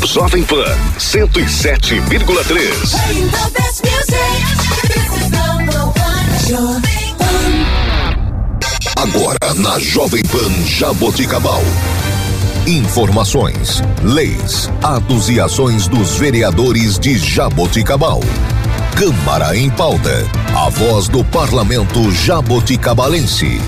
Jovem Pan 107,3. Agora na Jovem Pan Jaboticabal. Informações, leis, atos e ações dos vereadores de Jaboticabal. Câmara em Pauta. A voz do parlamento jaboticabalense.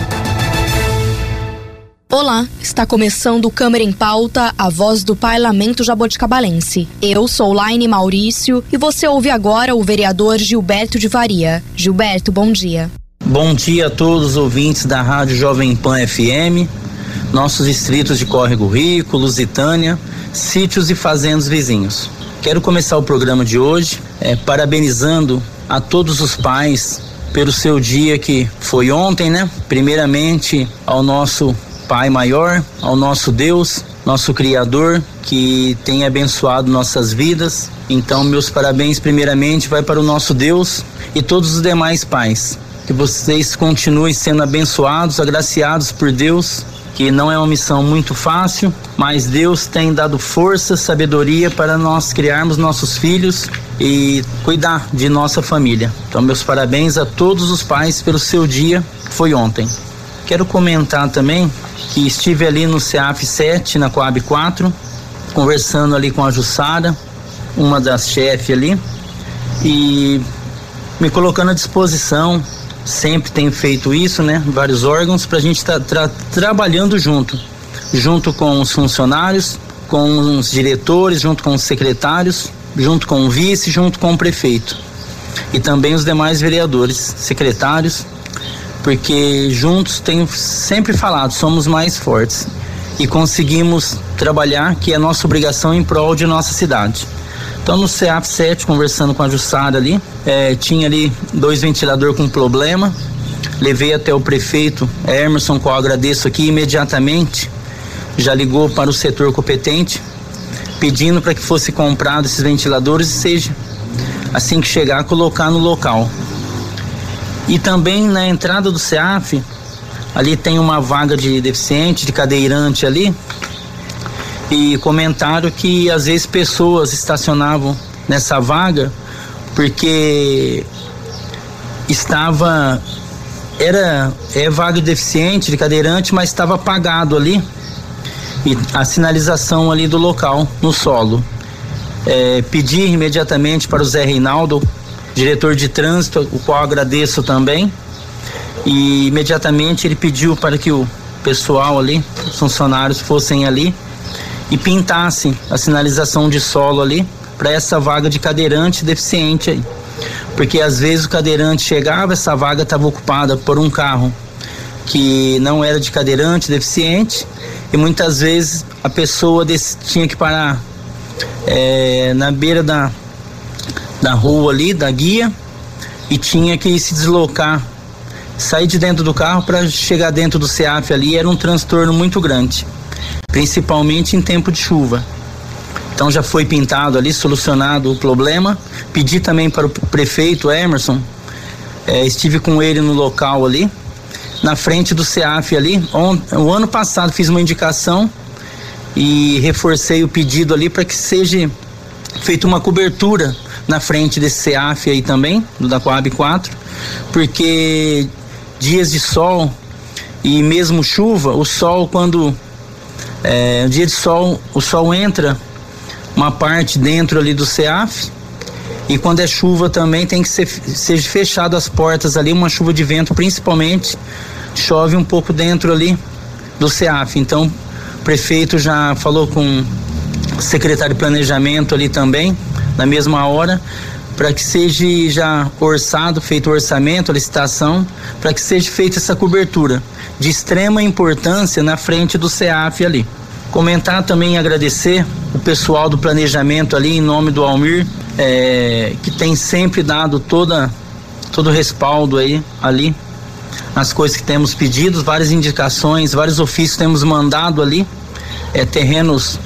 Olá, está começando o Câmara em Pauta, a voz do parlamento jaboticabalense. Eu sou Laine Maurício e você ouve agora o vereador Gilberto de Varia. Gilberto, bom dia. Bom dia a todos os ouvintes da Rádio Jovem Pan FM, nossos distritos de Córrego Rico, Lusitânia, sítios e fazendas vizinhos. Quero começar o programa de hoje parabenizando a todos os pais pelo seu dia que foi ontem, né? Primeiramente ao nosso Pai Maior, ao nosso Deus, nosso Criador, que tem abençoado nossas vidas. Então, meus parabéns primeiramente vai para o nosso Deus e todos os demais pais. Que vocês continuem sendo abençoados, agraciados por Deus, que não é uma missão muito fácil, mas Deus tem dado força, sabedoria para nós criarmos nossos filhos e cuidar de nossa família. Então, meus parabéns a todos os pais pelo seu dia que foi ontem. Quero comentar também que estive ali no CEAF 7, na Coab 4, conversando ali com a Jussara, uma das chefes ali, e me colocando à disposição. Sempre tenho feito isso, né? Vários órgãos, para a gente estar trabalhando junto com os funcionários, com os diretores, junto com os secretários, junto com o vice, junto com o prefeito. E também os demais vereadores, secretários, porque juntos tenho sempre falado, somos mais fortes e conseguimos trabalhar, que é nossa obrigação em prol de nossa cidade. Então no CEAF 7, conversando com a Jussara ali, tinha ali 2 ventiladores com problema, levei até o prefeito Emerson, qual eu agradeço aqui, imediatamente já ligou para o setor competente, pedindo para que fosse comprado esses ventiladores e seja, assim que chegar, colocar no local. E também na entrada do CEAF, ali tem uma vaga de deficiente, de cadeirante ali, e comentaram que às vezes pessoas estacionavam nessa vaga porque é vaga de deficiente, de cadeirante, mas estava apagado ali, e a sinalização ali do local, no solo. Pedi imediatamente para o Zé Reinaldo, diretor de trânsito, o qual agradeço também, e imediatamente ele pediu para que o pessoal ali, os funcionários fossem ali e pintassem a sinalização de solo ali para essa vaga de cadeirante deficiente aí, porque às vezes o cadeirante chegava, essa vaga estava ocupada por um carro que não era de cadeirante deficiente, e muitas vezes a pessoa tinha que parar na beira da rua ali, da guia, e tinha que se deslocar, sair de dentro do carro para chegar dentro do CEAF ali. Era um transtorno muito grande, principalmente em tempo de chuva. Então já foi pintado ali, solucionado o problema. Pedi também para o prefeito Emerson, estive com ele no local ali, na frente do CEAF ali. O ano passado fiz uma indicação e reforcei o pedido ali para que seja feita uma cobertura na frente desse CEAF aí também, da Coab 4, porque dias de sol e mesmo chuva, o sol dia de sol, o sol entra uma parte dentro ali do CEAF, e quando é chuva também tem que seja fechado as portas ali, uma chuva de vento principalmente, chove um pouco dentro ali do CEAF. Então o prefeito já falou com o secretário de planejamento ali também, na mesma hora, para que seja já feito o orçamento, a licitação, para que seja feita essa cobertura de extrema importância na frente do CEAF ali. Comentar também e agradecer o pessoal do planejamento ali, em nome do Almir, que tem sempre dado todo o respaldo aí, ali, as coisas que temos pedido, várias indicações, vários ofícios temos mandado ali, terrenos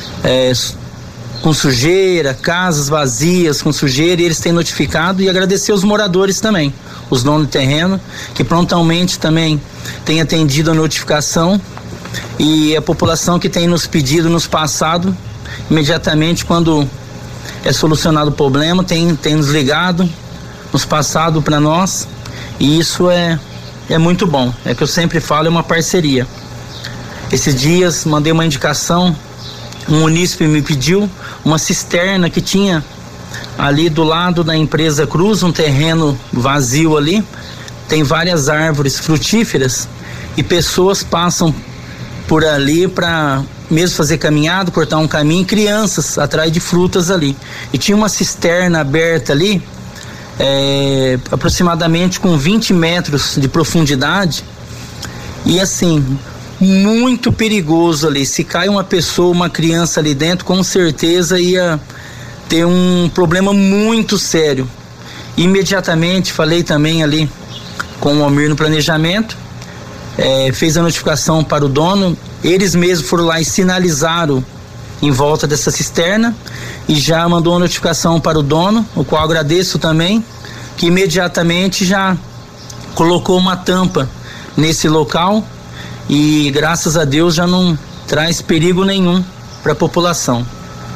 com sujeira, casas vazias com sujeira, e eles têm notificado, e agradecer os moradores também, os donos do terreno, que prontamente também têm atendido a notificação, e a população que tem nos pedido, nos passado, imediatamente quando é solucionado o problema, tem nos ligado, nos passado para nós, e isso é muito bom. É que eu sempre falo, é uma parceria. Esses dias mandei uma indicação, um munícipe me pediu uma cisterna que tinha ali do lado da empresa Cruz, um terreno vazio ali, tem várias árvores frutíferas e pessoas passam por ali para mesmo fazer caminhada, cortar um caminho, crianças atrás de frutas ali. E tinha uma cisterna aberta ali, aproximadamente com 20 metros de profundidade, e assim, muito perigoso ali. Se cai uma pessoa, uma criança ali dentro, com certeza ia ter um problema muito sério. Imediatamente falei também ali com o Almir no planejamento, fez a notificação para o dono, eles mesmos foram lá e sinalizaram em volta dessa cisterna e já mandou a notificação para o dono, o qual agradeço também, que imediatamente já colocou uma tampa nesse local e graças a Deus já não traz perigo nenhum para a população.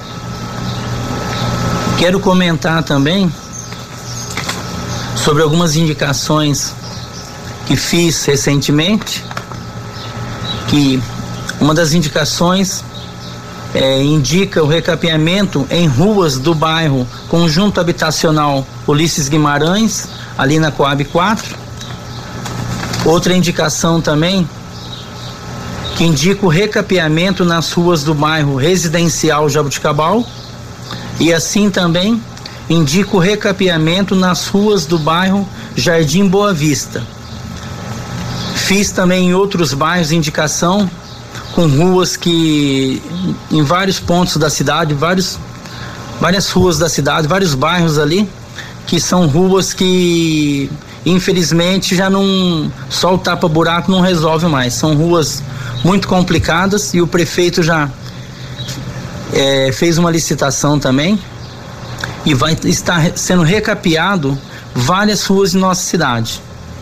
Quero comentar também sobre algumas indicações que fiz recentemente, que uma das indicações indica o recapeamento em ruas do bairro Conjunto Habitacional Ulisses Guimarães, ali na Coab 4. Outra indicação também, que indica o recapeamento nas ruas do bairro Residencial Jaboticabal, e assim também indica o recapeamento nas ruas do bairro Jardim Boa Vista. Fiz também em outros bairros indicação com ruas que em vários pontos da cidade, várias ruas da cidade, vários bairros ali, que são ruas que infelizmente já não, só o tapa-buraco não resolve mais. São ruas muito complicadas e o prefeito já fez uma licitação também e vai estar sendo recapeado várias ruas de nossa cidade.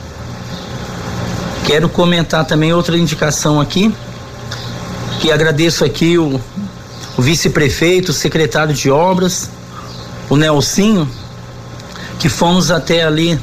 Quero comentar também outra indicação aqui, que agradeço aqui o vice-prefeito, o secretário de obras, o Nelsinho, que fomos até ali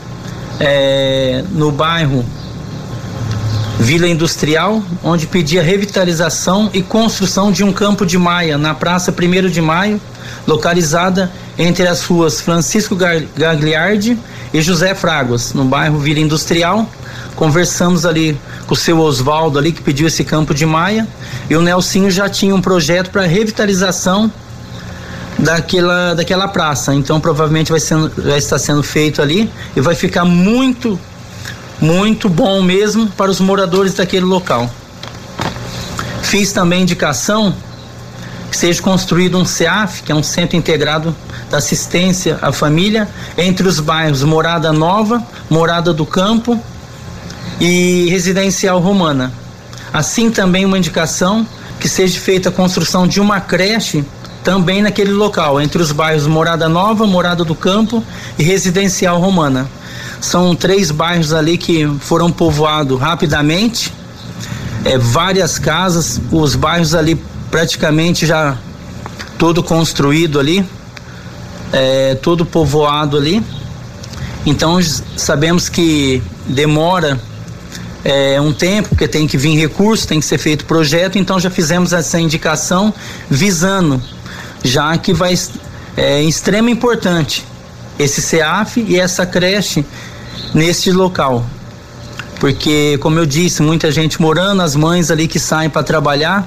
no bairro Vila Industrial, onde pedia revitalização e construção de um campo de maia na Praça 1º de Maio, localizada entre as ruas Francisco Gagliardi e José Fraguas, no bairro Vila Industrial. Conversamos ali com o seu Oswaldo ali, que pediu esse campo de maia, e o Nelsinho já tinha um projeto para revitalização daquela praça. Então provavelmente vai estar sendo feito ali e vai ficar muito bom mesmo para os moradores daquele local. Fiz também indicação que seja construído um CEAF, que é um Centro Integrado da Assistência à Família, entre os bairros Morada Nova, Morada do Campo e Residencial Romana. Assim também uma indicação que seja feita a construção de uma creche também naquele local, entre os bairros Morada Nova, Morada do Campo e Residencial Romana. São 3 bairros ali que foram povoados rapidamente, várias casas, os bairros ali praticamente já todo construído ali, todo povoado ali. Então sabemos que demora um tempo, porque tem que vir recurso, tem que ser feito projeto, então já fizemos essa indicação visando, já que é extremo importante esse CEAF e essa creche neste local, porque como eu disse, muita gente morando, as mães ali que saem para trabalhar,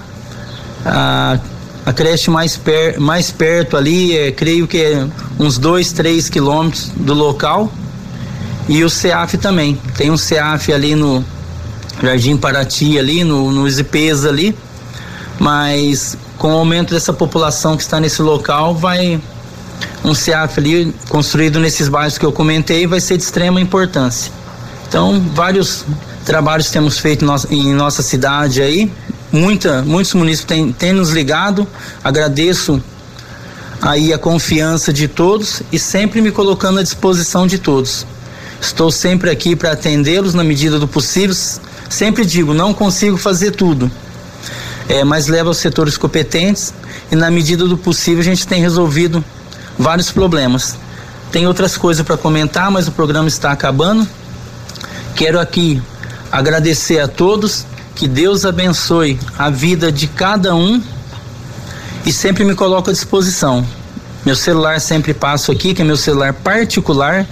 a creche mais perto ali, creio que é uns 2-3 quilômetros do local, e o CEAF também, tem um CEAF ali no Jardim Paraty ali, nos IPs ali, mas com o aumento dessa população que está nesse local, vai um CEAF ali construído nesses bairros que eu comentei, vai ser de extrema importância. Então, vários trabalhos temos feito em nossa cidade aí, muitos munícipes têm nos ligado, agradeço aí a confiança de todos e sempre me colocando à disposição de todos. Estou sempre aqui para atendê-los na medida do possível. Sempre digo, não consigo fazer tudo. mas leva aos setores competentes e na medida do possível a gente tem resolvido vários problemas. Tem outras coisas para comentar, mas o programa está acabando. Quero aqui agradecer a todos, que Deus abençoe a vida de cada um e sempre me coloco à disposição. Meu celular sempre passo aqui, que é meu celular particular,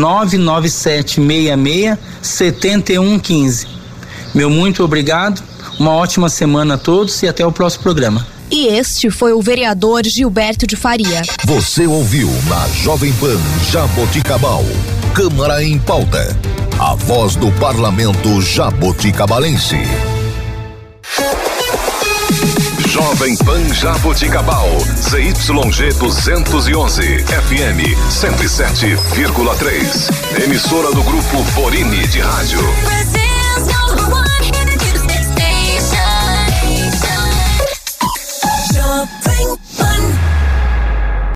99766-7115. Meu muito obrigado, uma ótima semana a todos e até o próximo programa. E este foi o vereador Gilberto de Faria. Você ouviu na Jovem Pan Jaboticabal, Câmara em Pauta, a voz do parlamento jaboticabalense. Jovem Pan Jaboticabal, ZYG 211, FM 107,3. Emissora do Grupo Borini de Rádio. Jovem Pan.